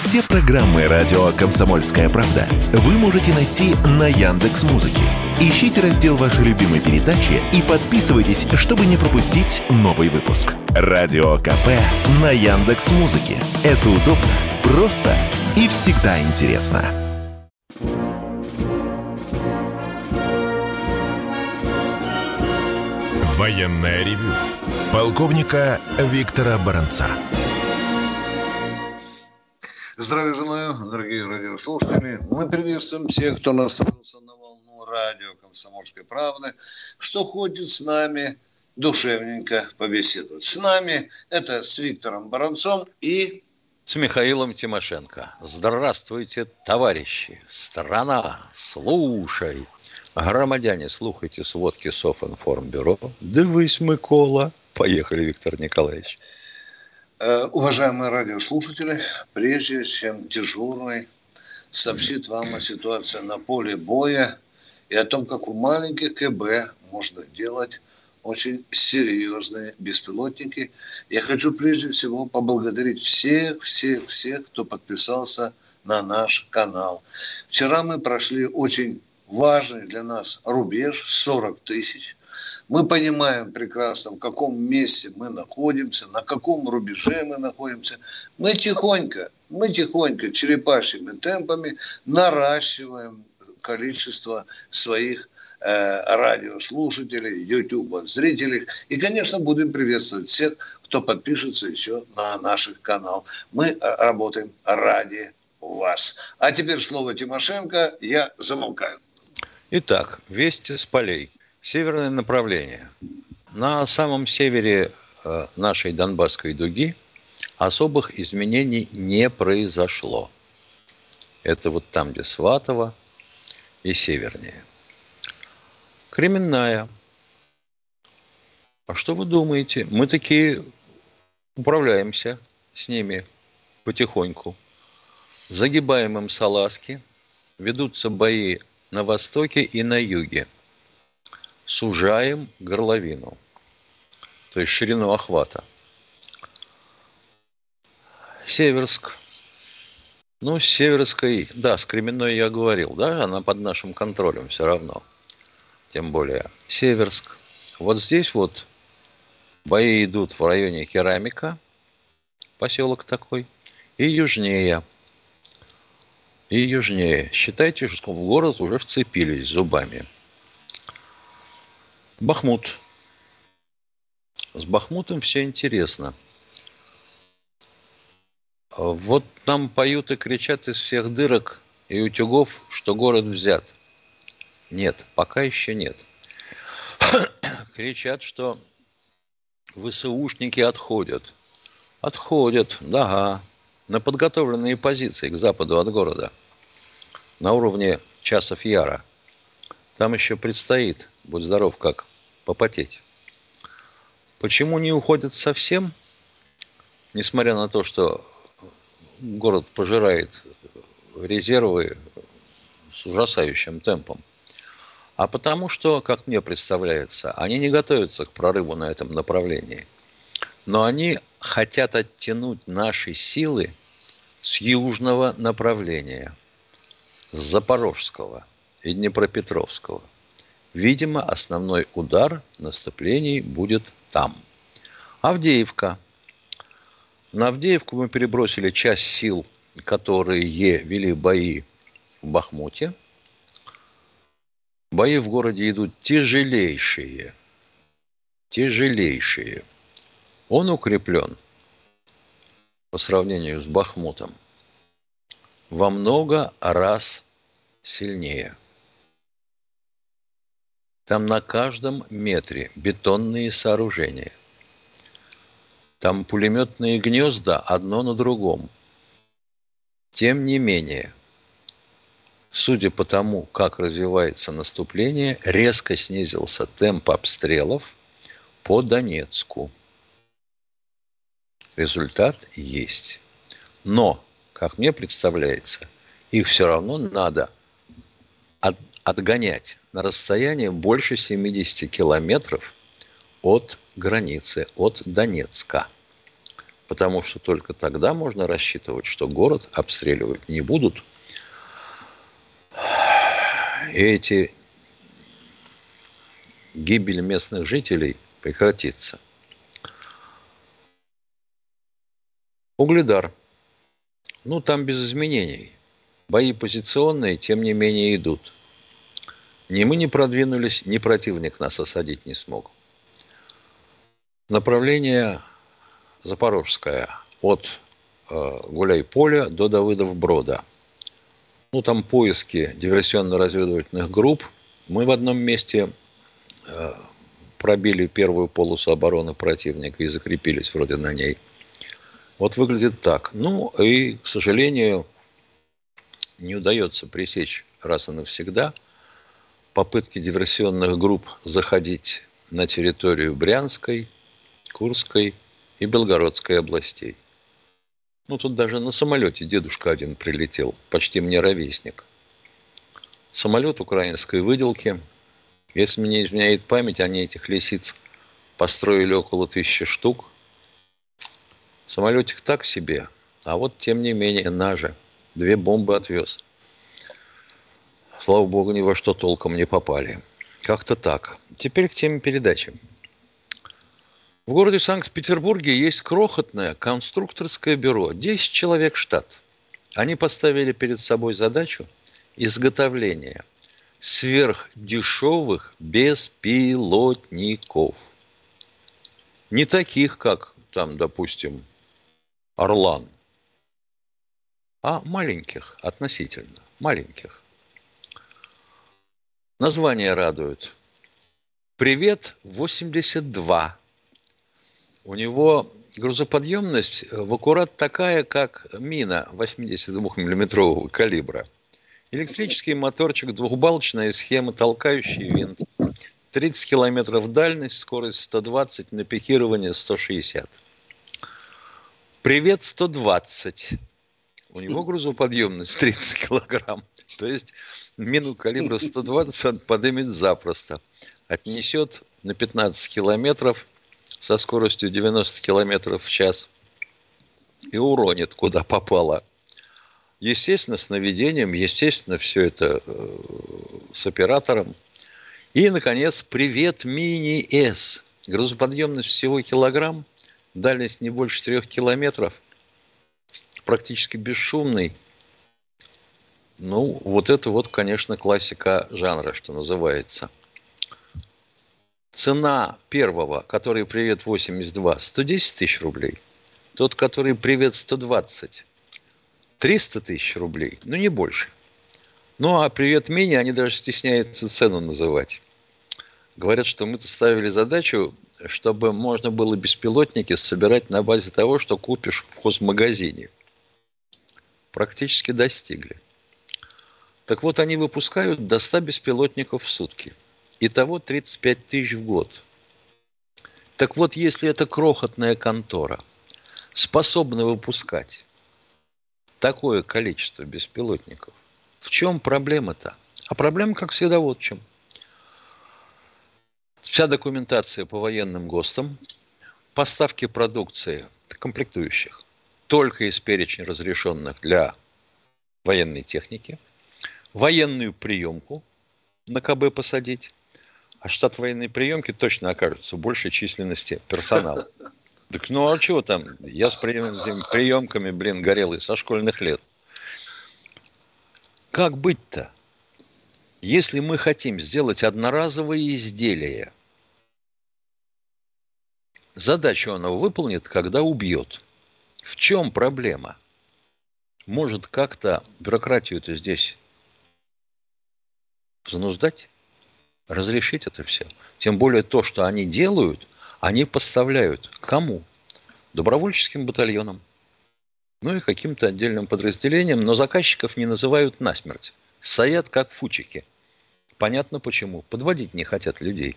Все программы радио «Комсомольская правда» вы можете найти на Яндекс.Музыке. Ищите раздел вашей любимой передачи и подписывайтесь, чтобы не пропустить новый выпуск. Радио КП на Яндекс.Музыке. Это удобно, просто и всегда интересно. Военное ревю полковника Виктора Баранца. Здравия желаю, дорогие радиослушатели. Мы приветствуем всех, кто настроился на волну радио «Комсомольской правды», что ходит с нами душевненько побеседовать. С нами это с Виктором Баранцом и... с Михаилом Тимошенко. Здравствуйте, товарищи! Страна, слушай! Громадяне, слухайте сводки Софинформбюро. Дивись, Микола. Поехали, Виктор Николаевич. Уважаемые радиослушатели, прежде чем дежурный сообщит вам о ситуации на поле боя и о том, как в маленьких КБ можно делать очень серьезные беспилотники, я хочу прежде всего поблагодарить всех, кто подписался на наш канал. Вчера мы прошли очень важный для нас рубеж 40 тысяч. Мы понимаем прекрасно, в каком месте мы находимся, на каком рубеже мы находимся. Мы тихонько, черепашьими темпами наращиваем количество своих радиослушателей, YouTube-зрителей. И, конечно, будем приветствовать всех, кто подпишется еще на наш канал. Мы работаем ради вас. А теперь слово Тимошенко. Я замолкаю. Итак, вести с полей. Северное направление. На самом севере нашей Донбасской дуги особых изменений не произошло. Это вот там, где Сватово и севернее. Кременная. А что вы думаете? Мы такие управляемся с ними потихоньку. Загибаем им салазки. Ведутся бои на востоке и на юге. Сужаем горловину, то есть ширину охвата. Северск. Ну, с Северской, да, с Кременной я говорил, да, она под нашим контролем все равно. Тем более Северск. Вот здесь вот бои идут в районе Керамика, поселок такой, и южнее. Считайте, что в город уже вцепились зубами. Бахмут. С Бахмутом все интересно. Вот нам поют и кричат из всех дырок и утюгов, что город взят. Нет, пока еще нет. Кричат, что ВСУшники отходят. Отходят, да, на подготовленные позиции к западу от города. На уровне Часов Яра. Там еще предстоит, будь здоров, как попотеть. Почему не уходят совсем? Несмотря на то, что город пожирает резервы с ужасающим темпом. А потому что, как мне представляется, они не готовятся к прорыву на этом направлении. Но они хотят оттянуть наши силы с южного направления, с Запорожского и Днепропетровского. Видимо, основной удар наступлений будет там. Авдеевка. На Авдеевку мы перебросили часть сил, которые вели бои в Бахмуте. Бои в городе идут тяжелейшие. Он укреплен по сравнению с Бахмутом во много раз сильнее. Там на каждом метре бетонные сооружения. Там пулеметные гнезда одно на другом. Тем не менее, судя по тому, как развивается наступление, резко снизился темп обстрелов по Донецку. Результат есть. Но, как мне представляется, их все равно надо отгонять на расстояние больше 70 километров от границы, от Донецка. Потому что только тогда можно рассчитывать, что город обстреливать не будут. И эти гибель местных жителей прекратится. Угледар. Там без изменений. Бои позиционные, тем не менее, идут. Ни мы не продвинулись, ни противник нас осадить не смог. Направление Запорожское. От Гуляй-Поля до Давыдов-Брода. Там поиски диверсионно-разведывательных групп. Мы в одном месте пробили первую полосу обороны противника и закрепились вроде на ней. Вот выглядит так. И, к сожалению, не удается пресечь раз и навсегда попытки диверсионных групп заходить на территорию Брянской, Курской и Белгородской областей. Тут даже на самолете дедушка один прилетел, почти мне ровесник. Самолет украинской выделки. Если мне изменяет память, они этих лисиц построили около 1000 штук. Самолетик так себе, а вот тем не менее наже. 2 бомбы отвез. Слава богу, ни во что толком не попали. Как-то так. Теперь к теме передачи. В городе Санкт-Петербурге есть крохотное конструкторское бюро. 10 человек штат. Они поставили перед собой задачу изготовления сверхдешевых беспилотников. Не таких, как там, допустим, Орлан, а маленьких, относительно маленьких. Название радует. «Привет-82». У него грузоподъемность в аккурат такая, как мина 82-миллиметрового калибра. Электрический моторчик, двухбалочная схема, толкающий винт. 30 километров дальность, скорость 120, на пикирование 160. «Привет-120». У него грузоподъемность 30 килограмм. То есть мину калибра 120 он подымет запросто. Отнесет на 15 километров со скоростью 90 километров в час и уронит, куда попало. Естественно, с наведением, естественно, все это с оператором. И, наконец, «Привет Мини-С». Грузоподъемность всего килограмм, дальность не больше 3 километров, практически бесшумный. Вот это вот, конечно, классика жанра, что называется. Цена первого, который «Привет-82», 110 тысяч рублей. Тот, который «Привет-120», 300 тысяч рублей, не больше. А «Привет Мини» они даже стесняются цену называть. Говорят, что мы-то ставили задачу, чтобы можно было беспилотники собирать на базе того, что купишь в хозмагазине. Практически достигли. Так вот, они выпускают до 100 беспилотников в сутки. Итого 35 тысяч в год. Так вот, если эта крохотная контора способна выпускать такое количество беспилотников, в чем проблема-то? А проблема, как всегда, вот в чем. Вся документация по военным ГОСТам, поставки продукции комплектующих только из перечня разрешенных для военной техники, военную приемку на КБ посадить, а штат военной приемки точно окажется в большей численности персонала. Так а чего там? Я с приемками, горелый со школьных лет. Как быть-то? Если мы хотим сделать одноразовые изделия, задачу оно выполнит, когда убьет. В чем проблема? Может, как-то бюрократию-то здесь зануждать? Разрешить это все? Тем более то, что они делают, они поставляют кому? Добровольческим батальонам. И каким-то отдельным подразделениям, но заказчиков не называют насмерть. Стоят как фучики. Понятно почему. Подводить не хотят людей.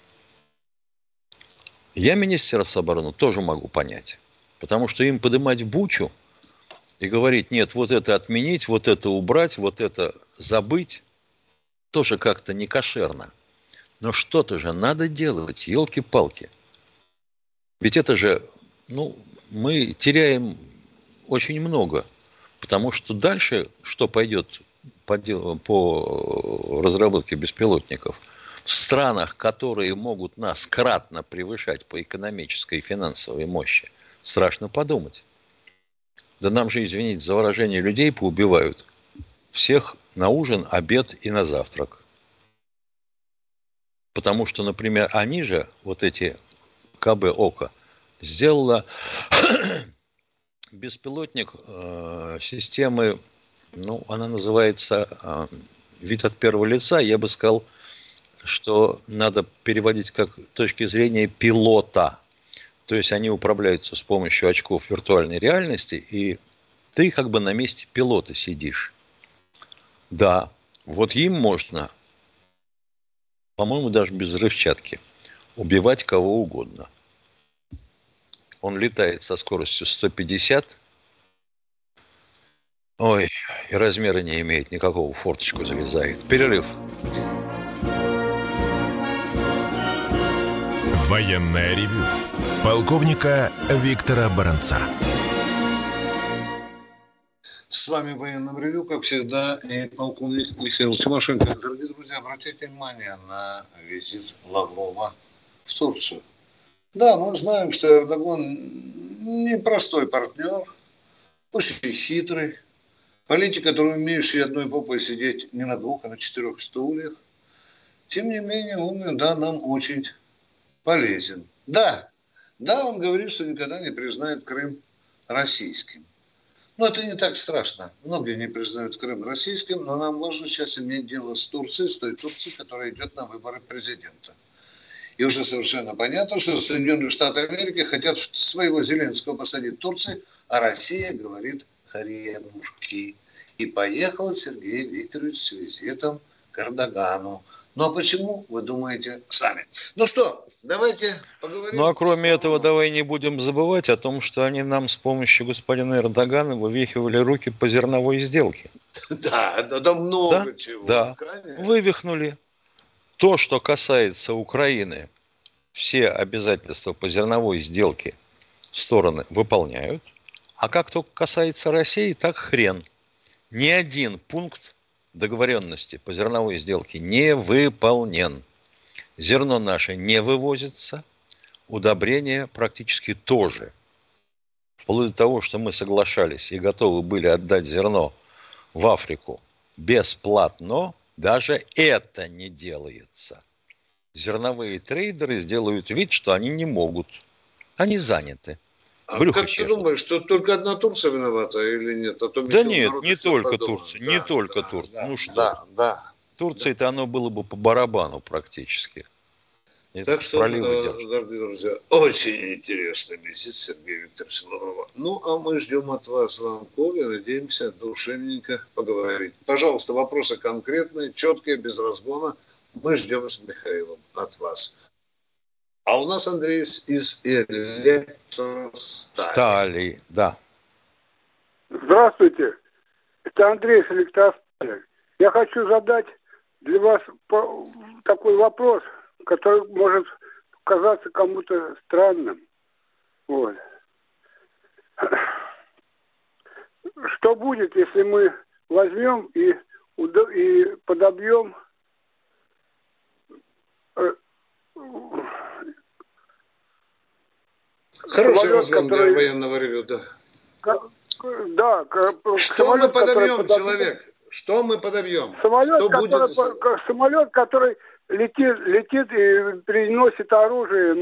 Я Министерство обороны тоже могу понять. Потому что им поднимать бучу и говорить, нет, вот это отменить, вот это убрать, вот это забыть, тоже как-то не кошерно. Но что-то же надо делать, елки-палки. Ведь это же, мы теряем очень много. Потому что дальше, что пойдет по разработке беспилотников, в странах, которые могут нас кратно превышать по экономической и финансовой мощи, страшно подумать. Да нам же, извините за выражение, людей поубивают. Всех на ужин, обед и на завтрак. Потому что, например, они же, вот эти КБ ОКО, сделала беспилотник системы, она называется вид от первого лица. Я бы сказал, что надо переводить как точки зрения пилота. То есть они управляются с помощью очков виртуальной реальности, и ты как бы на месте пилота сидишь. Да, вот им можно, по-моему, даже без взрывчатки, убивать кого угодно. Он летает со скоростью 150. Ой, и размера не имеет никакого, в форточку залезает. Перерыв. Военное ревю полковника Виктора Баранца. С вами военное ревю, как всегда, и полковник Михаил Тимошенко. Дорогие друзья, обратите внимание на визит Лаврова в Турцию. Да, мы знаем, что Эрдоган непростой партнер, очень хитрый, политик, который умеющий одной попой сидеть не на двух, а на 4 стульях. Тем не менее, он, нам очень полезен. Да, он говорит, что никогда не признает Крым российским. Но это не так страшно. Многие не признают Крым российским, но нам важно сейчас иметь дело с Турцией, с той Турцией, которая идет на выборы президента. И уже совершенно понятно, что Соединенные Штаты Америки хотят своего Зеленского посадить в Турции, а Россия говорит хренушки. И поехал Сергей Викторович с визитом к Эрдогану. Ну а почему, вы думаете сами? Ну что, давайте поговорим. Ну а кроме этого, давай не будем забывать о том, что они нам с помощью господина Эрдогана вывихивали руки по зерновой сделке. Да, много чего. Да, вывихнули. То, что касается Украины, все обязательства по зерновой сделке стороны выполняют. А как только касается России, так хрен. Ни один пункт договоренности по зерновой сделке не выполнен. Зерно наше не вывозится, удобрения практически тоже. Вплоть до того, что мы соглашались и готовы были отдать зерно в Африку бесплатно, даже это не делается. Зерновые трейдеры сделают вид, что они не могут. Они заняты. А как ты думаешь, что только одна Турция виновата или нет? Да нет, не только Турция. Не только Турция. Ну что? Да. Турции-то оно было бы по барабану практически. Так что, дорогие друзья, очень интересный визит Сергея Викторовича Лаврова. Ну, а мы ждем от вас звонков и надеемся душевненько поговорить. Пожалуйста, вопросы конкретные, четкие, без разгона. Мы ждем с Михаилом от вас. А у нас Андрей из Электростали. Да. Здравствуйте. Это Андрей из Электростали. Я хочу задать для вас такой вопрос, который может казаться кому-то странным. Вот. Что будет, если мы возьмем и подобьем хороший разгон для военного ревю, да. Что мы подобьем, человек? Что мы подобьем? Самолет, который летит и приносит оружие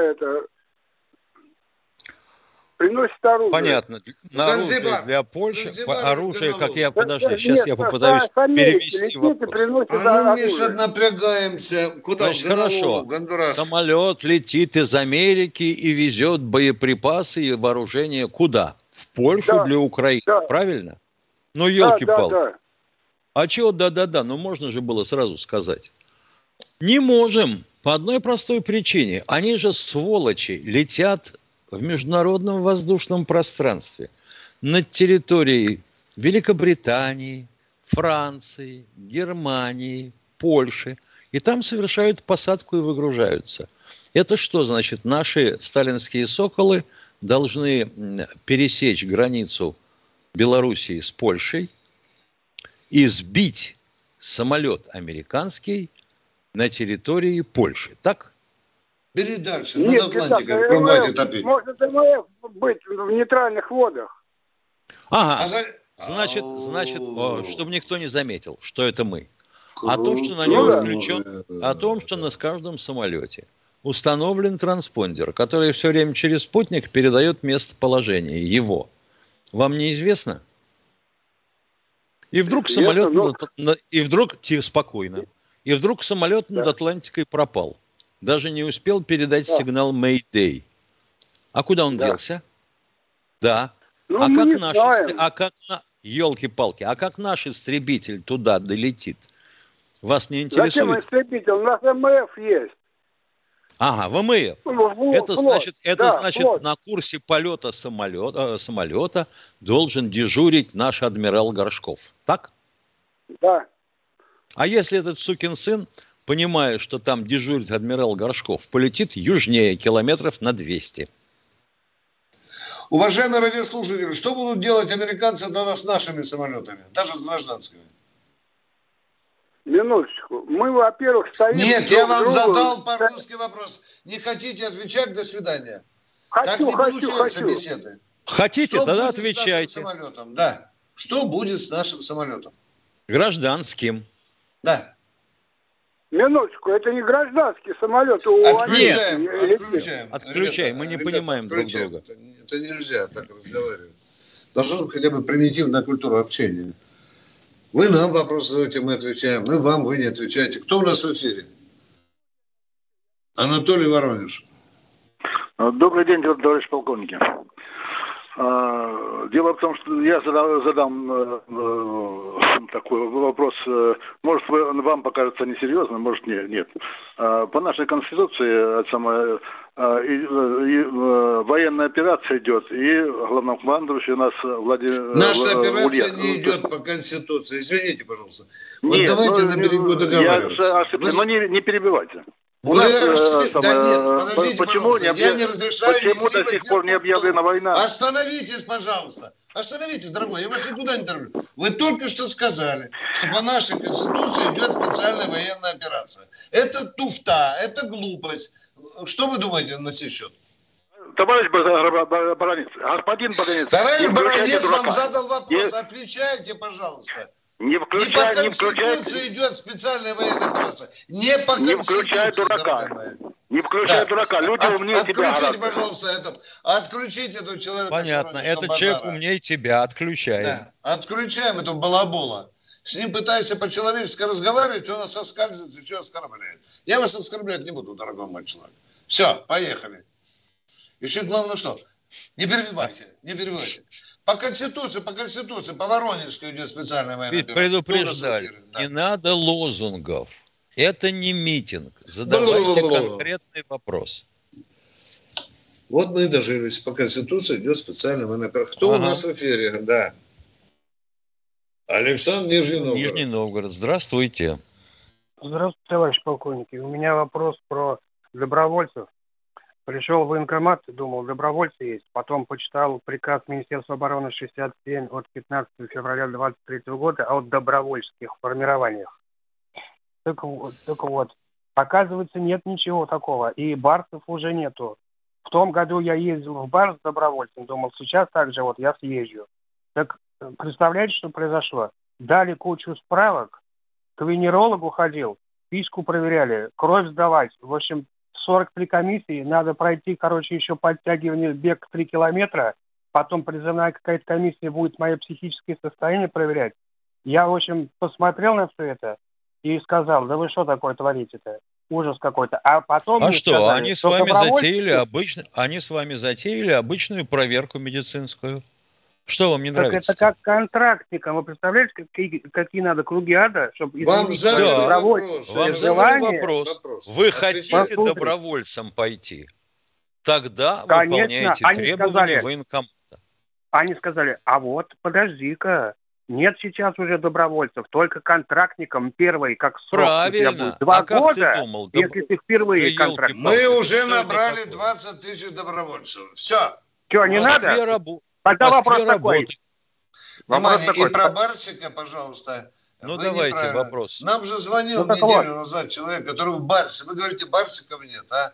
приносит оружие. Понятно. Оружие для Польши. Оружие, как я... Подожди, сейчас я попытаюсь перевести вопрос. Миша, напрягаемся. Куда? Значит, хорошо. Самолет летит из Америки и везет боеприпасы и вооружение куда? В Польшу для Украины. Да. Правильно? Ну, елки-палки. Да. А чего да? Ну, можно же было сразу сказать. Не можем. По одной простой причине. Они же, сволочи, летят в международном воздушном пространстве над территорией Великобритании, Франции, Германии, Польши. И там совершают посадку и выгружаются. Это что значит? Наши сталинские соколы должны пересечь границу Белоруссии с Польшей и сбить самолет американский на территории Польши. Так? Бери дальше. Нет, Над Атлантикой в комбате топить. Может МФ быть в нейтральных водах. Ага. Значит, чтобы никто не заметил, что это мы. А то, что на нем включен, о том, что на каждом самолете установлен транспондер, который все время через спутник передает местоположение его. Вам неизвестно? И вдруг самолет спокойно. И вдруг самолет над Атлантикой пропал. Даже не успел передать сигнал Mayday. А куда он делся? Да. Елки-палки, а как наш истребитель туда долетит? Вас не интересует? Зачем истребитель? У нас МФ есть. Ага, ВМФ. Это значит, на курсе полета самолета должен дежурить наш адмирал Горшков. Так? Да. А если этот сукин сын, понимая, что там дежурит адмирал Горшков, полетит южнее километров на 200? Уважаемые радиослушатели, что будут делать американцы тогда с нашими самолетами, даже с гражданскими? Минуточку. Мы, во-первых, стоим... Нет, я вам задал по-русски вопрос. Не хотите отвечать? До свидания. Так не получается беседы. Хотите? Что тогда будет отвечайте. С нашим самолетом? Да. Что будет с нашим самолетом? Гражданским. Да. Минуточку, это не гражданский самолет. Отключаем. Мы не понимаем друг друга. Это нельзя так разговаривать. Должна быть хотя бы примитивная культура общения. Вы нам вопрос задаете, мы отвечаем. Мы вам, вы не отвечаете. Кто у нас в эфире? Анатолий Воронеж. Добрый день, товарищ полковники. Дело в том, что я задам такой вопрос. Может, вам покажется несерьезным, может, нет. По нашей Конституции военная операция идет, и главнокомандующий у нас Владимир Наша операция не идет по Конституции. Извините, пожалуйста. Вот давайте на берегу договариваться. Но не перебивайте. Подождите, почему я не разрешаю. Почему до сих пор не объявлена война? Остановитесь, пожалуйста. Остановитесь, дорогой, я вас никуда не тороплю. Вы только что сказали, что по нашей Конституции идет специальная военная операция. Это туфта, это глупость. Что вы думаете на сей счет? Товарищ Баранец, господин Баранец. Товарищ Баранец вам задал вопрос. Отвечайте, пожалуйста. Не по Конституции идет специальная военная операция. Не по Конституции. Не включай дурака. Не включай дурака. Люди умнее тебя. Отключите, пожалуйста, отключите этого человека. Понятно. Этот человек умнее тебя. Отключаем. Да. Отключаем этого балабола. С ним пытаешься по-человечески разговаривать, он нас оскальзывает, еще оскорбляет. Я вас оскорблять не буду, дорогой мой человек. Все, поехали. Еще главное что? Не перебивайте. По Конституции, по Воронежской идет специальная военная операция. Предупреждали, не надо лозунгов. Это не митинг. Задавайте конкретный вопрос. Вот мы и дожились. По Конституции идет специальная военная операция. Кто у нас в эфире? Да. Александр, Нижний Новгород. Нижний Новгород. Здравствуйте. Здравствуйте, товарищ полковники. У меня вопрос про добровольцев. Пришел в военкомат, думал, добровольцы есть. Потом почитал приказ Министерства обороны 67 от 15 февраля 2023 года о добровольческих формированиях. Так вот, оказывается, нет ничего такого. И барсов уже нету. В том году я ездил в бар с добровольцем, думал, сейчас также вот я съезжу. Так представляете, что произошло? Дали кучу справок, к венерологу ходил, писку проверяли, кровь сдавать. В общем, 43 комиссии, надо пройти, еще подтягивание, бег 3 километра, потом призывная какая-то комиссия будет мое психическое состояние проверять. Я, в общем, посмотрел на все это и сказал, да вы что такое творите-то? Ужас какой-то. А потом... А что, сказали, они с вами затеяли обычную проверку медицинскую? Что вам не нравится? Это как контрактникам. Вы представляете, какие надо круги ада, чтобы... Вам задали вопрос. Вы хотите добровольцем пойти? Тогда выполняйте требования военкомата. Они сказали, а вот подожди-ка, нет сейчас уже добровольцев, только контрактникам первый, как срок. Правильно. 2 года, как ты думал? если ты впервые контрактник. Мы уже набрали 20 тысяч добровольцев. Все. Что, не надо? Тогда вопрос такой. Внимание, и про Барсика, пожалуйста. Ну, давайте вопрос. Нам же звонил неделю назад человек, который в Барсе. Вы говорите, Барсиков нет, а?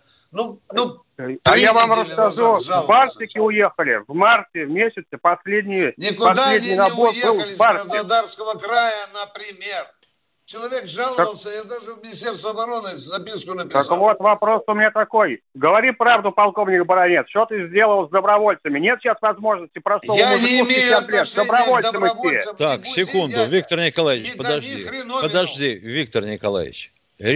А я вам расскажу, Барсики уехали в марте месяце, последний они набор не уехали с Краснодарского края, например. Человек жаловался, я даже в Министерство обороны записку написал. Так вот, вопрос у меня такой. Говори правду, полковник Баранец, что ты сделал с добровольцами? Нет сейчас возможности простого мужику 50 лет с добровольцем идти. Так, секунду, Виктор Николаевич, подожди, Виктор Николаевич.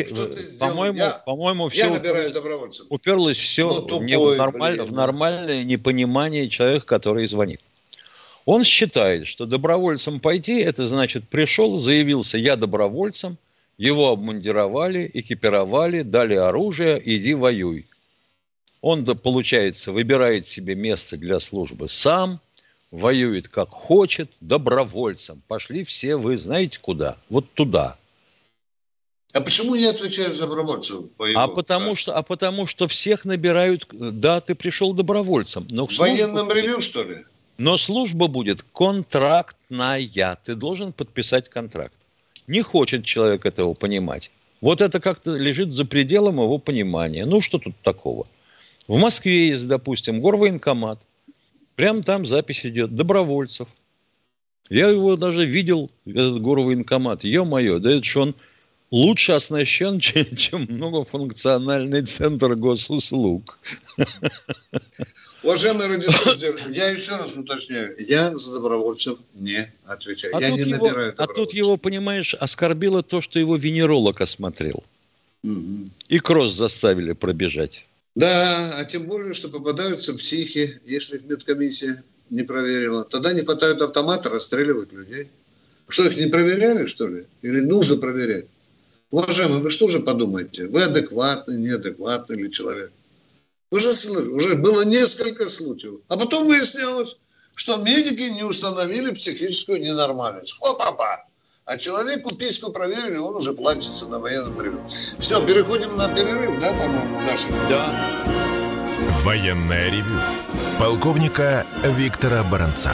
По-моему, все уперлось все в нормальное непонимание человека, который звонит. Он считает, что добровольцем пойти, это значит, пришел, заявился, я добровольцем, его обмундировали, экипировали, дали оружие, иди воюй. Он, получается, выбирает себе место для службы сам, воюет как хочет, добровольцем. Пошли все, вы знаете куда? Вот туда. А почему не отвечают за добровольцев? Потому что всех набирают, да, ты пришел добровольцем. Но в военном ревью, что ли? Но служба будет контрактная. Ты должен подписать контракт. Не хочет человек этого понимать. Вот это как-то лежит за пределом его понимания. Ну, что тут такого? В Москве есть, допустим, горвоенкомат. Прямо там запись идет. Добровольцев. Я его даже видел, этот горвоенкомат. Ё-моё, да это ж он лучше оснащен, чем многофункциональный центр госуслуг. Уважаемые радиослушатели, я еще раз уточняю, я за добровольцев не отвечаю. Я не набираю добровольцев. А тут его, понимаешь, оскорбило то, что его венеролог осмотрел. Угу. И кросс заставили пробежать. Да, а тем более, что попадаются психи, если их медкомиссия не проверила. Тогда не хватает автомата, расстреливают людей. Что, их не проверяли, что ли? Или нужно проверять? Уважаемые, вы что же подумаете? Вы адекватный, неадекватный ли человек? Уже было несколько случаев. А потом выяснялось, что медики не установили психическую ненормальность. Хлопапа! А человеку письку проверили, он уже плачется на военном ревю. Все, переходим на перерыв, да, по-моему, наши? Да. Военное ревю полковника Виктора Баранца.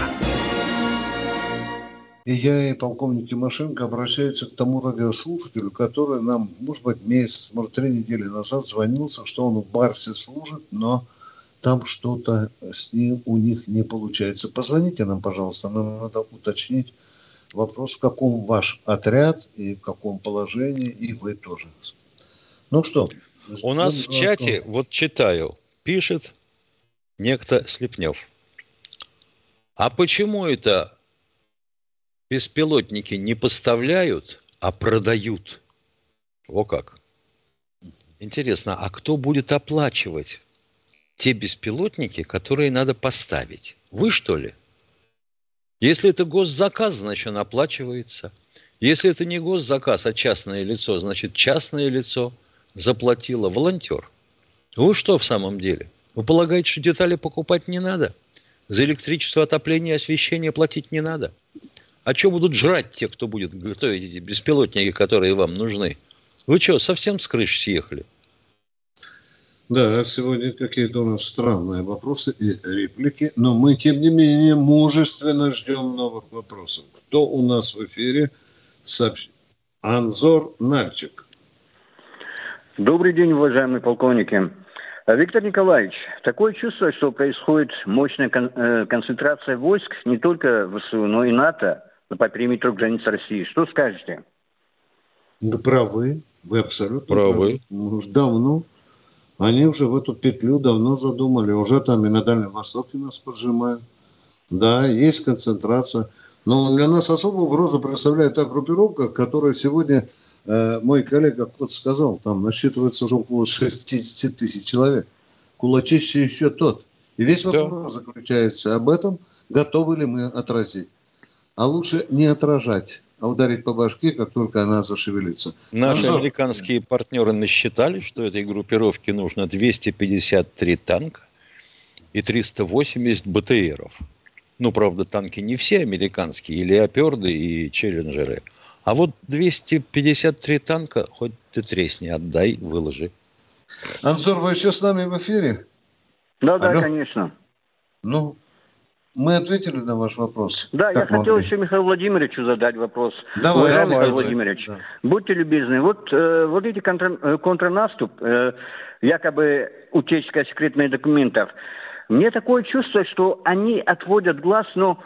И я, и полковник Тимошенко обращаются к тому радиослушателю, который нам, может быть, месяц, может, 3 недели назад звонился, что он в Барсе служит, но там что-то с ним у них не получается. Позвоните нам, пожалуйста, нам надо уточнить вопрос, в каком ваш отряд и в каком положении, и вы тоже. Ну что? У нас в чате, вот читаю, пишет некто Слепнев. А почему это беспилотники не поставляют, а продают? О как. Интересно, а кто будет оплачивать те беспилотники, которые надо поставить? Вы, что ли? Если это госзаказ, значит, он оплачивается. Если это не госзаказ, а частное лицо, значит, частное лицо заплатило, волонтер. Вы что в самом деле? Вы полагаете, что детали покупать не надо? За электричество, отопление, освещение платить не надо? А что будут жрать те, кто будет готовить эти беспилотники, которые вам нужны? Вы что, совсем с крыши съехали? Да, сегодня какие-то у нас странные вопросы и реплики, но мы, тем не менее, мужественно ждем новых вопросов. Кто у нас в эфире? Анзор Нальчик. Добрый день, уважаемые полковники. Виктор Николаевич, такое чувство, что происходит мощная концентрация войск не только ВСУ, но и НАТО по периметру границ России. Что скажете? Вы правы, вы абсолютно правы. Давно. Они уже в эту петлю давно задумали. Уже там и на Дальнем Востоке нас поджимают. Да, есть концентрация. Но для нас особую угрозу представляет та группировка, которая сегодня, мой коллега вот сказал, там насчитывается уже около 60 тысяч человек. Кулачище еще тот. И весь вопрос заключается об этом, готовы ли мы отразить. А лучше не отражать, а ударить по башке, как только она зашевелится. Наши американские партнеры насчитали, что этой группировке нужно 253 танка и 380 БТРов. Ну, правда, танки не все американские, и леопарды, и челленджеры. А вот 253 танка, хоть ты тресни, отдай, выложи. Анзор, вы еще с нами в эфире? Да, конечно. Ну, мы ответили на ваш вопрос. Да, я хотел еще Михаилу Владимировичу задать вопрос. Давайте. Михаил Владимирович, да. Будьте любезны, вот эти контрнаступ, якобы утечка секретных документов, мне такое чувство, что они отводят глаз,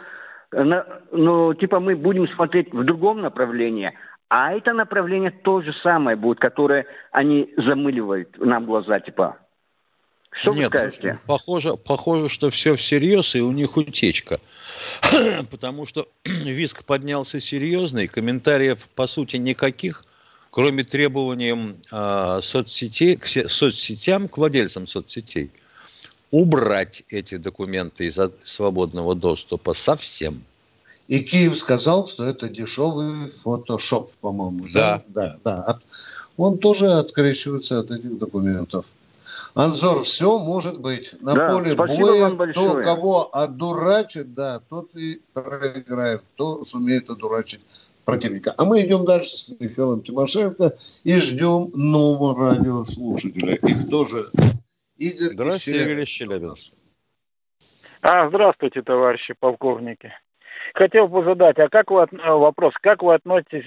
типа мы будем смотреть в другом направлении, а это направление то же самое будет, которое они замыливают нам глаза, типа. Что вы скажете? Похоже, что все всерьез, и у них утечка. Потому что визг поднялся серьезный, комментариев, по сути, никаких, кроме требований соцсетям, к владельцам соцсетей, убрать эти документы из свободного доступа совсем. И Киев сказал, что это дешевый фотошоп, по-моему. Да. Он тоже открещивается от этих документов. Анзор, все может быть. На поле боя, кто кого одурачит, тот и проиграет, кто сумеет одурачить противника. А мы идем дальше с Михаилом Тимошенко и ждем нового радиослушателя. И кто же? Игорь. Здравствуйте, Игорь из Челябинска. Здравствуйте, товарищи полковники. Хотел бы задать, как вы относитесь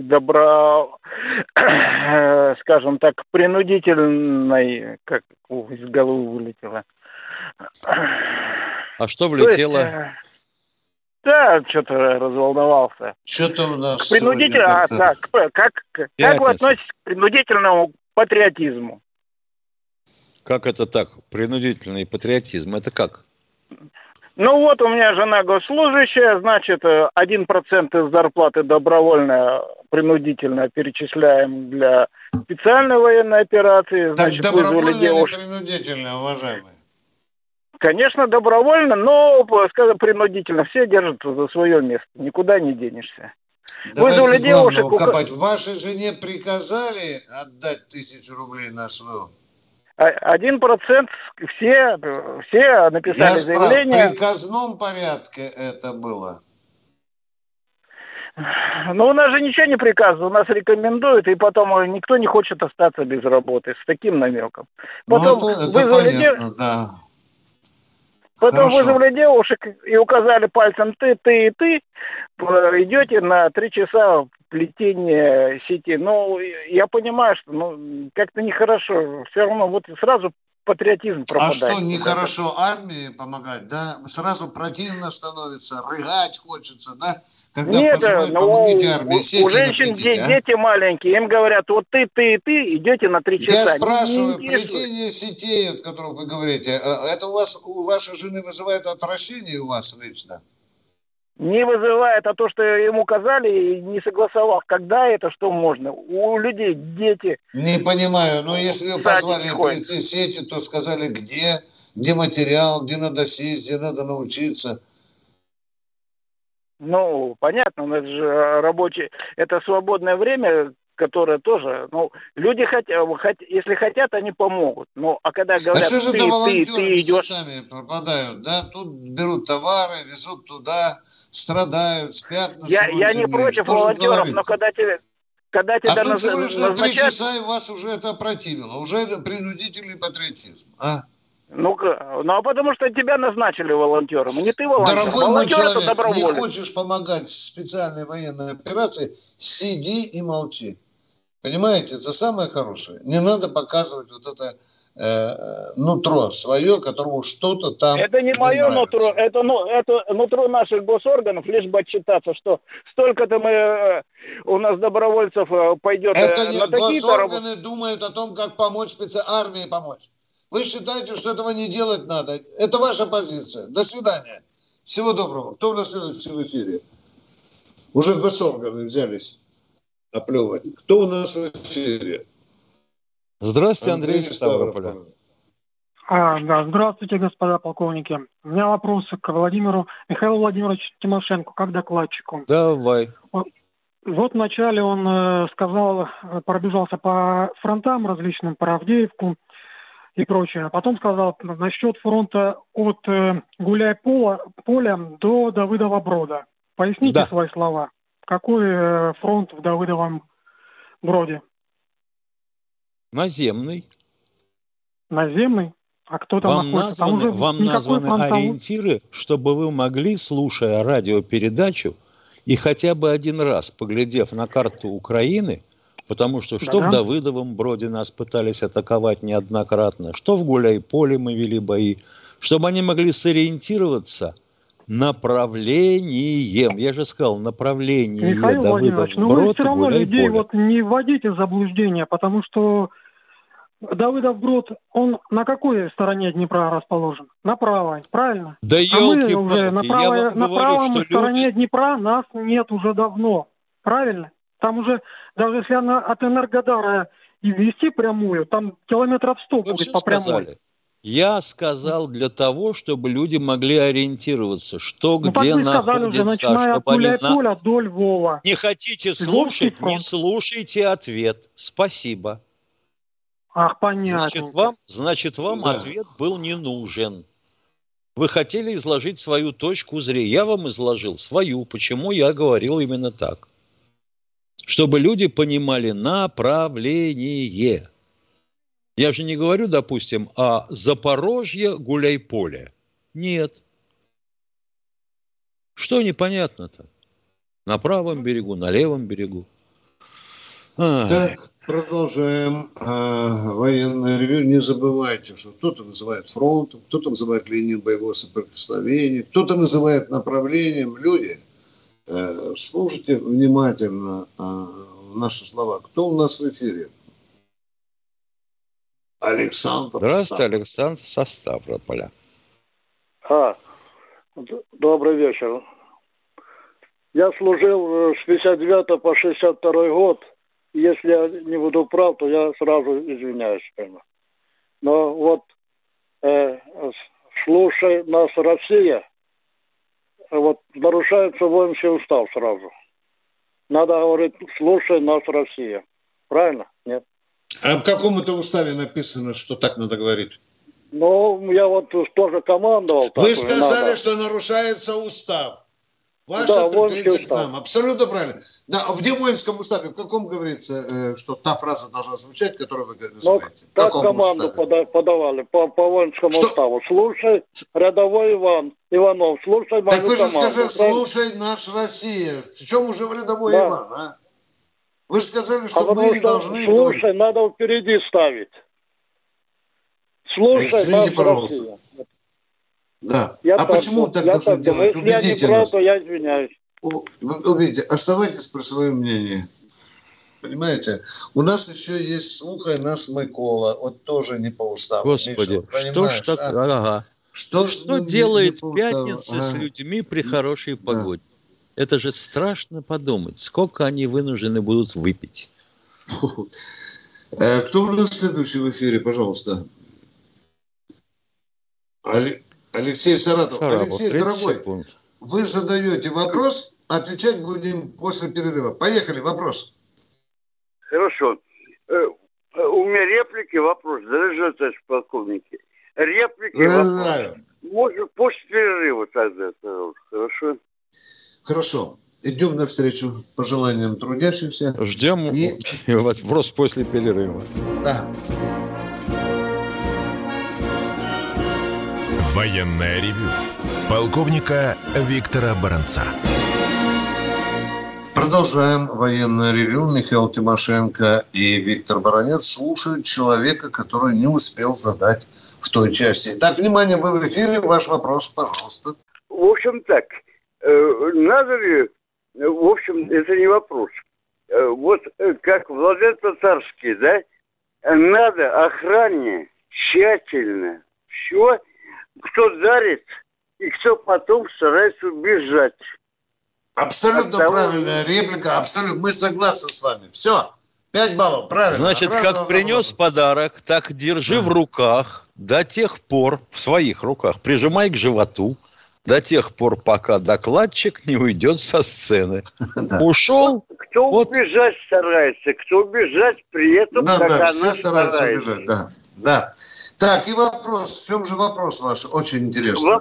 к скажем так, принудительной, как из головы вылетело. А что влетело? Что-то разволновался. Что-то у нас принудительно. Как вы относитесь к принудительному патриотизму? Как это так? Принудительный патриотизм. Это как? Ну вот, у меня жена госслужащая, значит, 1% из зарплаты добровольно, принудительно перечисляем для специальной военной операции. Так добровольно или принудительно, уважаемые? Конечно, добровольно, но, скажем, принудительно. Все держатся за свое место, никуда не денешься. Давайте главного копать. Вашей жене приказали отдать 1000 рублей на СВО? 1% все написали заявление. В приказном порядке это было? Ну, у нас же ничего не приказывают, у нас рекомендуют, и потом никто не хочет остаться без работы, с таким намеком. Потом вызвали девушек и указали пальцем ты и ты, идете на 3 часа плетение сети. Ну, я понимаю, что как-то нехорошо. Все равно вот сразу патриотизм пропадает. А что нехорошо армии помогать, да? Сразу противно становится, рыгать хочется, да? Когда помогите армии, у женщин дети маленькие, им говорят, вот ты и ты идете на 3 часа. Я спрашиваю, плетение сетей, о которых вы говорите, это у вашей жены вызывает отвращение у вас лично? Не вызывает, а то, что ему указали, и не согласовал, когда это, что можно. У людей дети. Не понимаю, но если позвали плести сети, то сказали, где материал, где надо сесть, где надо научиться. Ну, понятно, это же рабочее, это свободное время, которое тоже, люди если хотят, они помогут. А когда говорят, что же это волонтеры идешь... сами пропадают, да? Тут берут товары, везут туда, страдают, спят на сырой Я земле. не против волонтеров, но когда тебя тут всего лишь на 3 часа и вас уже это опротивило, уже принудительный патриотизм, а потому что тебя назначили волонтером, а не ты волонтер. Дорогой мой человек, добровольно. не хочешь помогать в специальной военной операции, сиди и молчи. Понимаете, это самое хорошее. Не надо показывать вот это нутро свое, которому что-то там. Это не мое нутро, это нутро наших госорганов, лишь бы отчитаться, что столько-то у нас добровольцев пойдет это на такие-то госорганы думают о том, как помочь армии помочь. Вы считаете, что этого не делать надо? Это ваша позиция. До свидания. Всего доброго. Кто у нас в эфире? Уже госорганы взялись оплевывать. Кто у нас в эфире? Здравствуйте, Андрей из Ставрополя. Здравствуйте, господа полковники. У меня вопрос к Михаилу Владимировичу Тимошенко, как докладчику. Давай. Вот вначале он пробежался по фронтам различным, по Авдеевку и прочее. А потом сказал насчет фронта от Гуляй-Поля до Давыдова Брода. Поясните свои слова. Какой фронт в Давыдовом Броде? Наземный. Наземный? А кто там находится? Вам названы ориентиры, чтобы вы могли, слушая радиопередачу, и хотя бы один раз, поглядев на карту Украины, потому что в Давыдовом Броде нас пытались атаковать неоднократно, что в Гуляйполе мы вели бои, чтобы они могли сориентироваться направлением. Я же сказал, направление Михаил Давыдов Владимирович, вы все равно людей не вводите в заблуждение, потому что Давыдов Брод, он на какой стороне Днепра расположен? На правой, правильно? Да мы уже на правой стороне Днепра нас нет уже давно, правильно? Там уже, даже если от Энергодара и вести прямую, там километров 100 будет по прямой. Я сказал для того, чтобы люди могли ориентироваться, что где находится, уже, начиная от Гуляйполя до Львова. Не хотите слушать, не слушайте ответ. Спасибо. Ах, понятно. Значит, вам ответ был не нужен. Вы хотели изложить свою точку зрения. Я вам изложил свою. Почему я говорил именно так? Чтобы люди понимали направление. Я же не говорю, допустим, о Запорожье, Гуляйполе. Нет. Что непонятно-то? На правом берегу, на левом берегу. Так, продолжаем. Военное ревью. Не забывайте, что кто-то называет фронтом, кто-то называет линией боевого соприкосновения, кто-то называет направлением. Люди, слушайте внимательно наши слова. Кто у нас в эфире? Александр. Здравствуйте, Александр со Ставрополя. Добрый вечер. Я служил с 59 по 62 год. Если я не буду прав, то я сразу извиняюсь. Но вот слушай нас, Россия, вот нарушается воинский устав сразу. Надо говорить, слушай нас, Россия. Правильно? Нет? А в каком это уставе написано, что так надо говорить? Ну, я вот тоже командовал. Вы сказали, что нарушается устав. Ваша претензия к нам. Абсолютно правильно. Да, где в воинском уставе, в каком говорится, что та фраза должна звучать, которую вы называете? Так команду подавали по воинскому уставу. Слушай, рядовой Иванов, слушай мою команду. Так вы же сказали, слушай наш Россия. В чем уже рядовой Иван, а? Вы же сказали, что мы не должны... Слушай, надо впереди ставить. Слушай, наша Россия. Да. Почему так должны делать? Если я не прав, то я извиняюсь. Увидите, оставайтесь при своем мнении. Понимаете? У нас еще есть «Слухай нас, Микола». Вот тоже не по уставу. Господи, что делает пятница с людьми при хорошей погоде? Это же страшно подумать, сколько они вынуждены будут выпить. Кто у нас следующий в эфире, пожалуйста? Алексей Саратов. Алексей, дорогой, секунд. Вы задаете вопрос, отвечать будем после перерыва. Поехали, вопрос. Хорошо. У меня реплики, вопрос. Дорогой товарищ полковники. Реплики, вопрос. Может, после перерыва тогда. Хорошо? Хорошо. Идем навстречу пожеланиям трудящихся. Ждем вопрос после перерыва. Да. Военное ревю полковника Виктора Баранца. Продолжаем военное ревю. Михаил Тимошенко и Виктор Баранец слушают человека, который не успел задать в той части. Итак, внимание, вы в эфире. Ваш вопрос, пожалуйста. В общем, так. Надо ли... В общем, это не вопрос. Вот как Владимир Татарский, да? Надо охране тщательно все... Кто дарит и кто потом старается убежать. Абсолютно правильная реплика. Абсолютно. Мы согласны с вами. Все. 5 баллов. Правильно. Значит, как принес подарок, так держи в руках до тех пор, в своих руках, прижимай к животу, до тех пор, пока докладчик не уйдет со сцены. Ушел. Кто убежать старается, кто убежать при этом, как она все стараются убежать. Да. Так, и вопрос. В чем же вопрос ваш? Очень интересно.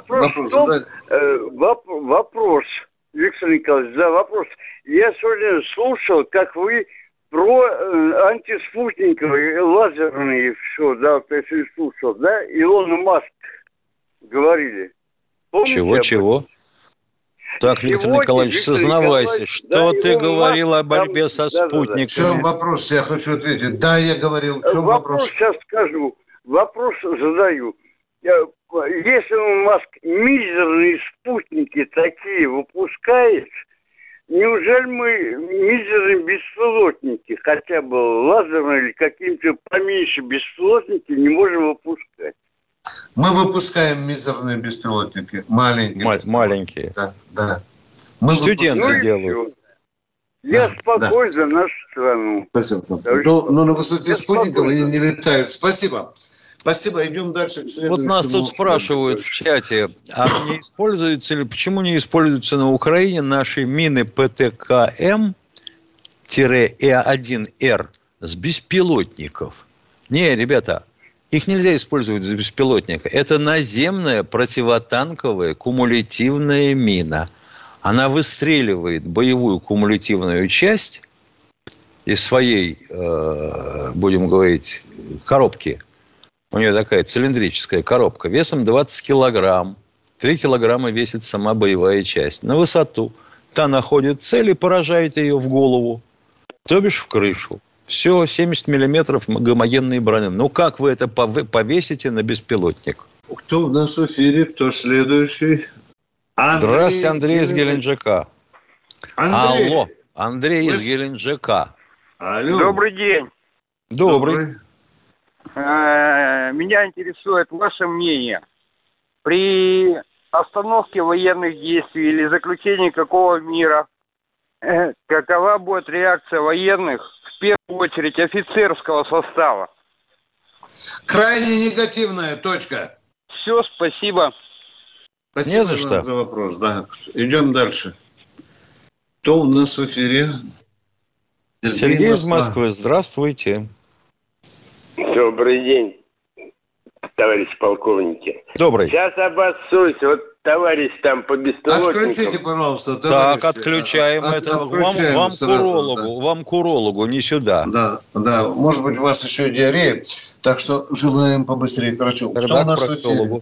Вопрос, Виктор Николаевич, вопрос. Я сегодня слушал, как вы про антиспутниковые, лазерные, все, да, вот если слушал, да, Илон Маск говорили. Помните Чего? Так, Виктор Николаевич, сознавайся, что ты говорил о борьбе со спутниками? В чем вопрос, я хочу ответить. Да, я говорил, в чем вопрос? Сейчас скажу. Вопрос задаю. Если у Маск мизерные спутники такие выпускает, неужели мы мизерные беспилотники, хотя бы лазерные или каким-то поменьше беспилотники, не можем выпускать? Мы выпускаем мизерные беспилотники, маленькие. Маленькие. Да. Мы студенты делают. Я спокойно за нашу страну. Спасибо. Но на высоте спутников они не летают. Спасибо. Спасибо, идем дальше к следующему. Вот нас тут спрашивают в чате, а не используются ли, почему не используются на Украине наши мины ПТКМ-Е1Р с беспилотников? Не, ребята, их нельзя использовать за беспилотника. Это наземная противотанковая кумулятивная мина. Она выстреливает боевую кумулятивную часть из своей, будем говорить, коробки. У нее такая цилиндрическая коробка весом 20 килограмм. 3 килограмма весит сама боевая часть. На высоту. Та находит цель и поражает ее в голову. То бишь в крышу. Все, 70 миллиметров гомогенной брони. Ну, как вы это повесите на беспилотник? Кто у нас в эфире? Кто следующий? Здравствуйте, Андрей из Геленджика. Алло, Андрей из Геленджика. Алло. Добрый день. Добрый. Меня интересует ваше мнение. При остановке военных действий или заключении какого мира, какова будет реакция военных, в первую очередь офицерского состава? Крайне негативная, точка. Все, спасибо. Спасибо Не за что. за вопрос. Да. Идем дальше. Кто у нас в эфире? Сергей из Москвы. Здравствуйте. Добрый день, товарищ полковники. Добрый. Сейчас обоссусь. Вот товарищ там по беспилотникам. Отключите, пожалуйста, товарищи. Так, отключаем это. Вам к урологу, не сюда. Да. Может быть, у вас еще диарея. Так что желаем побыстрее к врачу. Кто у нас в эфире?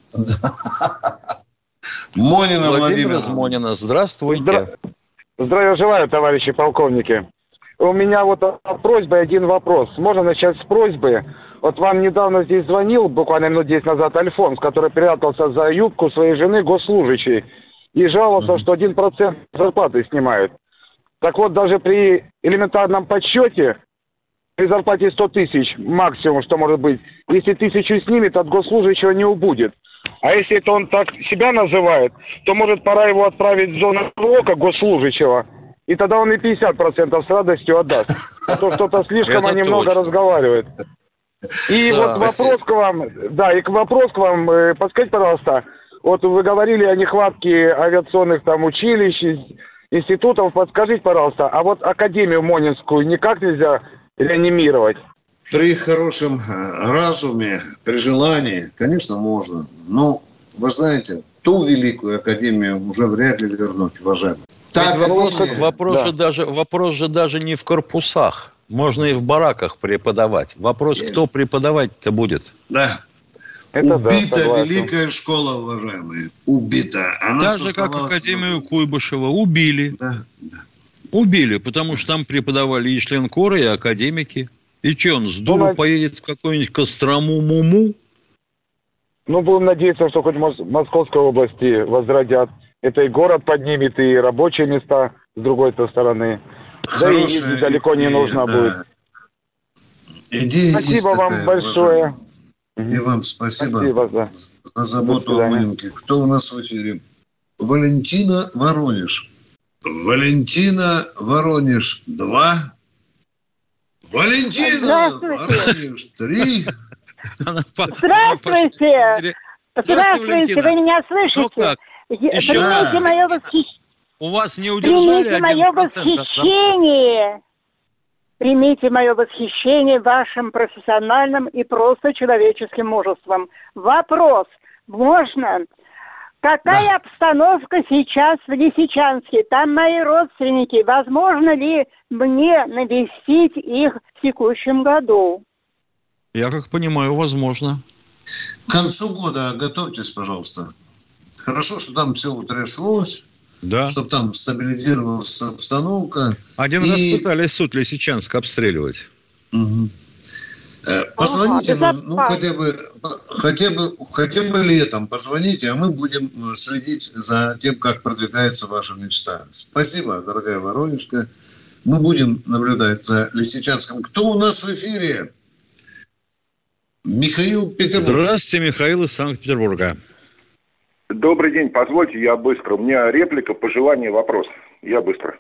Монина Владимир. Монина, здравствуйте. Здравия желаю, товарищи полковники. У меня вот просьба, один вопрос. Можно начать с просьбы? Вот вам недавно здесь звонил, буквально минут 10 назад, Альфонс, который прятался за юбку своей жены госслужащей и жаловался, что 1% зарплаты снимают. Так вот, даже при элементарном подсчете, при зарплате 100 тысяч максимум, что может быть, если 1000 снимет, от госслужащего не убудет. А если это он так себя называет, то, может, пора его отправить в зону срока госслужащего, и тогда он и 50% с радостью отдаст. А то что-то слишком они много разговаривают. И вот вопрос к вам, вопрос к вам, подскажите, пожалуйста, вот вы говорили о нехватке авиационных там училищ, институтов, подскажите, пожалуйста, а вот Академию Монинскую никак нельзя реанимировать? При хорошем разуме, при желании, конечно, можно. Но, вы знаете, ту великую Академию уже вряд ли вернуть, уважаемые. Вопрос же даже не в корпусах. Можно и в бараках преподавать. Вопрос, кто преподавать-то будет? Да. Убита великая школа, уважаемые. Убита. Так же, как Академию Куйбышева. Убили. Да. Убили, потому что там преподавали и членкоры, и академики. И что, он с дуру поедет в какой-нибудь Кострому-Муму? Ну, будем надеяться, что хоть в Московской области возродят. Это и город поднимет, и рабочие места с другой-то стороны. Хорошая да и далеко не нужно будет. Идея спасибо вам такая, большое. И вам спасибо за заботу о маленьких. Кто у нас в эфире? Валентина Воронеж. Валентина Воронеж 2. Валентина Воронеж 3. Здравствуйте. Здравствуйте, вы меня слышите? Ну как? Примите мое восхищение. У вас не удержали 1%? Примите мое восхищение вашим профессиональным и просто человеческим мужеством. Вопрос. Можно какая обстановка сейчас в Лисичанске? Там мои родственники. Возможно ли мне навестить их в текущем году? Я как понимаю, возможно. К концу года готовьтесь, пожалуйста. Хорошо, что там все утряслось. Да. Чтобы там стабилизировалась обстановка. Один раз пытались суд Лисичанск обстреливать. Угу. Позвоните нам, хотя бы летом позвоните, а мы будем следить за тем, как продвигается ваша мечта. Спасибо, дорогая Воронежка. Мы будем наблюдать за Лисичанском. Кто у нас в эфире? Михаил, Петербург. Здравствуйте, Михаил из Санкт-Петербурга. Добрый день, позвольте, я быстро. У меня реплика, пожелание, вопрос. Я быстро.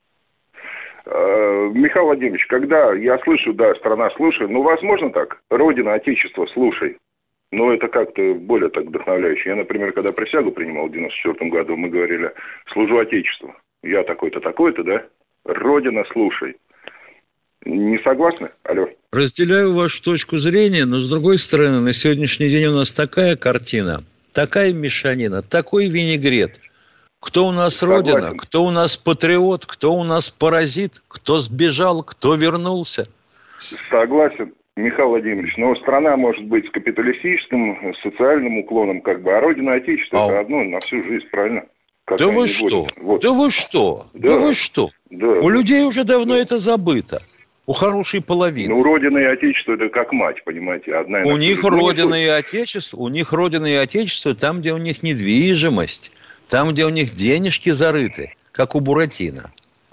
Михаил Владимирович, когда я слышу, да, страна слушай, ну, возможно так, Родина, Отечество, слушай. Но это как-то более так вдохновляюще. Я, например, когда присягу принимал в 94 году, мы говорили, служу Отечеству. Я такой-то, такой-то, да? Родина, слушай. Не согласны? Алло. Разделяю вашу точку зрения, но, с другой стороны, на сегодняшний день у нас такая картина, такая мешанина, такой винегрет. Кто у нас Родина, кто у нас патриот, кто у нас паразит, кто сбежал, кто вернулся. Согласен, Михаил Владимирович, но страна может быть с капиталистическим, социальным уклоном, как бы, а Родина, Отечество это одно на всю жизнь, правильно? Да вы что? Вот. Да вы что? Да вы что? Да. У людей уже давно это забыто. У хорошей половины. Ну, Родина и Отечество это как мать, понимаете? Одна у них Родина и Отечество, там, где у них недвижимость, там, где у них денежки зарыты, как у Буратино.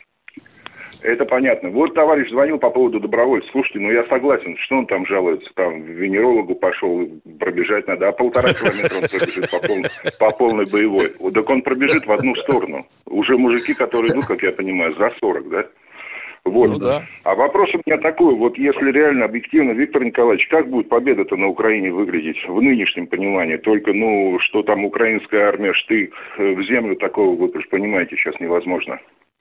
Это понятно. Вот товарищ звонил по поводу добровольцев. Слушайте, ну я согласен, что он там жалуется. Там венерологу пошел, пробежать надо, а 1,5 километра он пробежит по полной боевой. Так он пробежит в одну сторону. Уже мужики, которые идут, как я понимаю, за 40, да? Вот. Ну, да. А вопрос у меня такой, вот если реально объективно, Виктор Николаевич, как будет победа-то на Украине выглядеть в нынешнем понимании? Только, ну, что там украинская армия, штык в землю, такого, вы же понимаете, сейчас невозможно.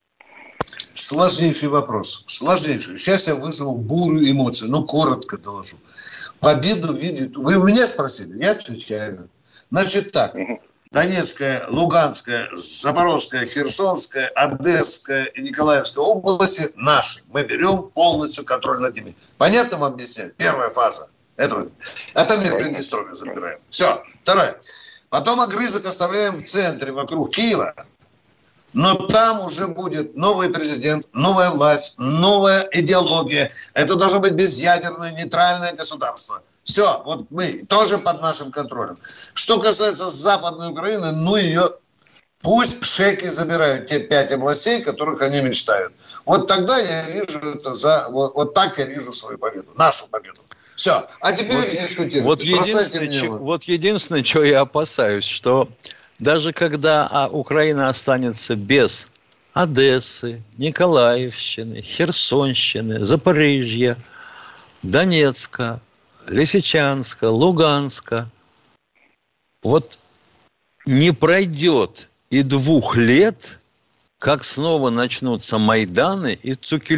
Сложнейший вопрос. Сложнейший. Сейчас я вызову бурю эмоций, но коротко доложу. Победу видит... Вы у меня спросили? Я отвечаю. Значит так. Донецкая, Луганская, Запорожская, Херсонская, Одесская и Николаевская области наши. Мы берем полностью контроль над ними. Понятно вам объясняю? Первая фаза. А там мы Приднестровье забираем. Все. Вторая. Потом огрызок оставляем в центре, вокруг Киева. Но там уже будет новый президент, новая власть, новая идеология. Это должно быть безъядерное, нейтральное государство. Все, вот мы тоже под нашим контролем. Что касается Западной Украины, ну ее пусть пшеки забирают те 5 областей, которых они мечтают. Вот тогда я вижу это вот так я вижу свою победу, нашу победу. Все, а теперь дискутируйте. Вот единственное, чего я опасаюсь, что даже когда Украина останется без Одессы, Николаевщины, Херсонщины, Запорожья, Донецка, Лисичанска, Луганска, вот не пройдет и 2 лет, как снова начнутся Майданы и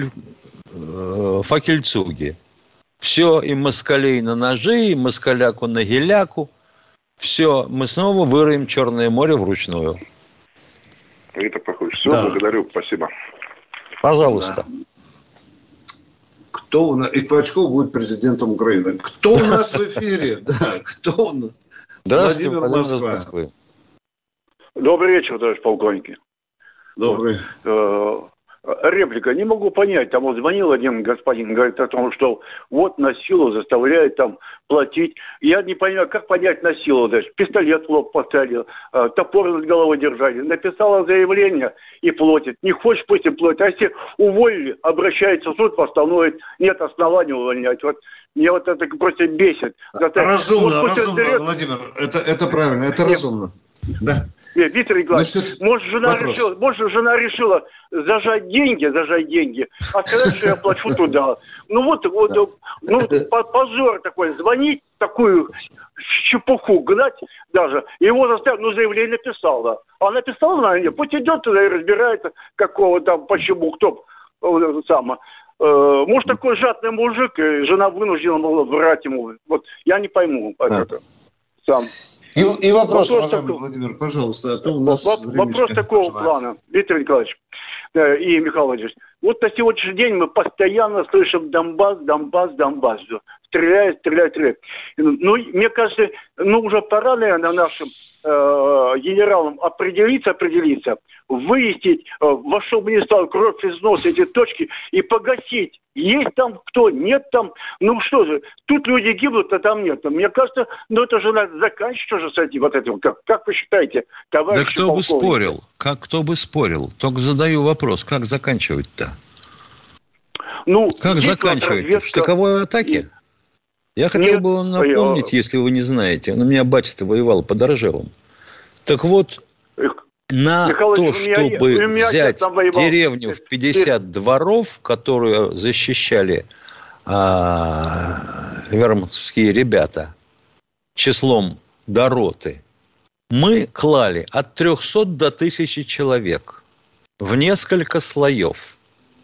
факельцуги. Все, и москалей на ножи, и москаляку на геляку. Все, мы снова выроем Черное море вручную. Это похоже. Все, да. Благодарю, спасибо. Пожалуйста. Да. Кто у нас? И Клочков будет президентом Украины. Кто у нас в эфире? Да, кто у нас? Здравствуйте, Владимир Москвы. Добрый вечер, товарищ полковники. Добрый. Реплика. Не могу понять. Там вот звонил один господин, говорит о том, что вот на силу заставляют там платить. Я не понимаю, как понять на силу. Даже пистолет в лоб поставил, топор над головой держали. Написала заявление и платит. Не хочешь, пусть и платит. А если уволили, обращается в суд, постановит, нет оснований увольнять. Вот меня вот это просто бесит. Разумно, Владимир. Это правильно, это разумно. Да. Нет, Виктор Николаевич, может, жена решила зажать деньги, а сказать, что я плачу туда. Ну, позор такой, звонить, такую чепуху гнать даже. Его заставили, заявление написала. А написала, наверное, пусть идет туда и разбирается, какого там, почему, кто сам. Может, такой жадный мужик, жена вынуждена была врать ему. Вот, я не пойму это сам. И вопрос, уважаемый Владимир, пожалуйста. А то у нас вопрос такого плана, Виктор Николаевич и Михаил Владимирович. Вот на сегодняшний день мы постоянно слышим Донбасс. Стреляет. Ну, мне кажется, уже пора, наверное, нашим генералам определиться, выяснить, во что бы ни стало кровь из носа эти точки и погасить. Есть там кто, нет там. Ну что же, тут люди гибнут, а там нет. Мне кажется, это же надо заканчивать уже с этим вот этим. Как вы считаете, товарищ Да кто бы спорил? Кто бы спорил? Только задаю вопрос, как заканчивать-то? Как заканчивать-то? В штыковой атаке? Я хотел бы вам напомнить, если вы не знаете, у меня батя-то воевал под Ржевом. Так вот, на то, чтобы взять деревню в 50 дворов, которую защищали вермахтовские ребята числом до роты, мы клали от 300 до 1000 человек в несколько слоев.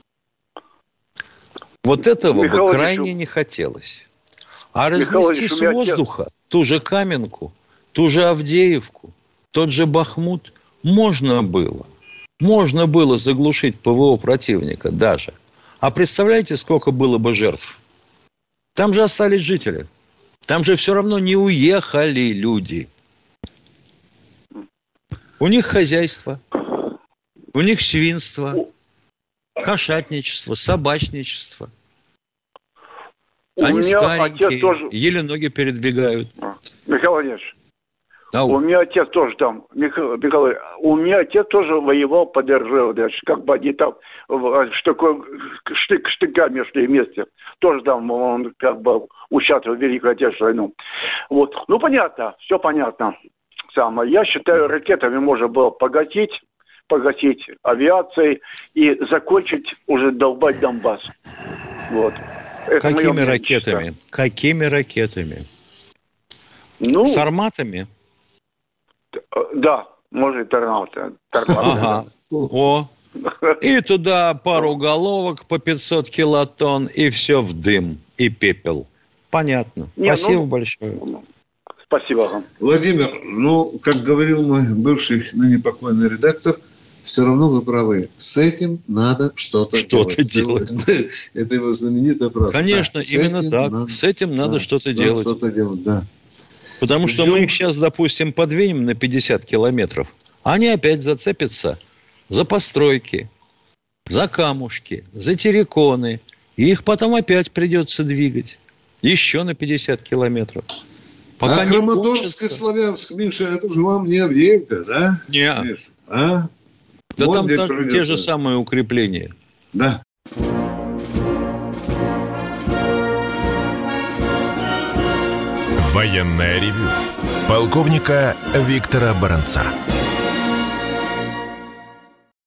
Вот этого бы крайне не хотелось. А разнести с воздуха ту же Каменку, ту же Авдеевку, тот же Бахмут можно было. Можно было заглушить ПВО противника даже. А представляете, сколько было бы жертв? Там же остались жители. Там же все равно не уехали люди. У них хозяйство, у них свинство, кошатничество, собачничество. Они старенькие, еле ноги передвигают. Михаил Владимирович, у меня отец тоже там, Михаил, у меня отец тоже воевал под Ржевом, как бы они там штыками шли вместе. Тоже там он как бы участвовал в Великой Отечественной войне. Вот. Понятно, все понятно. Я считаю, ракетами можно было погасить авиацией и закончить уже долбать Донбасс. Вот. Какими ракетами? Какими ракетами? С арматами? Да, может, торнадо. Ага. И туда пару головок по 500 килотонн, и все в дым, и пепел. Понятно. Спасибо большое. Спасибо вам. Владимир, как говорил мой бывший, ныне покойный редактор, все равно вы правы. С этим надо что-то делать. Это его знаменитая фраза. Конечно, именно так. С этим надо что-то делать. Да. Потому что мы их сейчас, допустим, подвинем на 50 километров. Они опять зацепятся за постройки, за камушки, за терриконы. И их потом опять придется двигать. Еще на 50 километров. Пока Краматорск и Славянск, Миша, это же вам не Авдеевка, да? Нет. Да вот там те же самые укрепления. Да. Военное ревю полковника Виктора Баранца.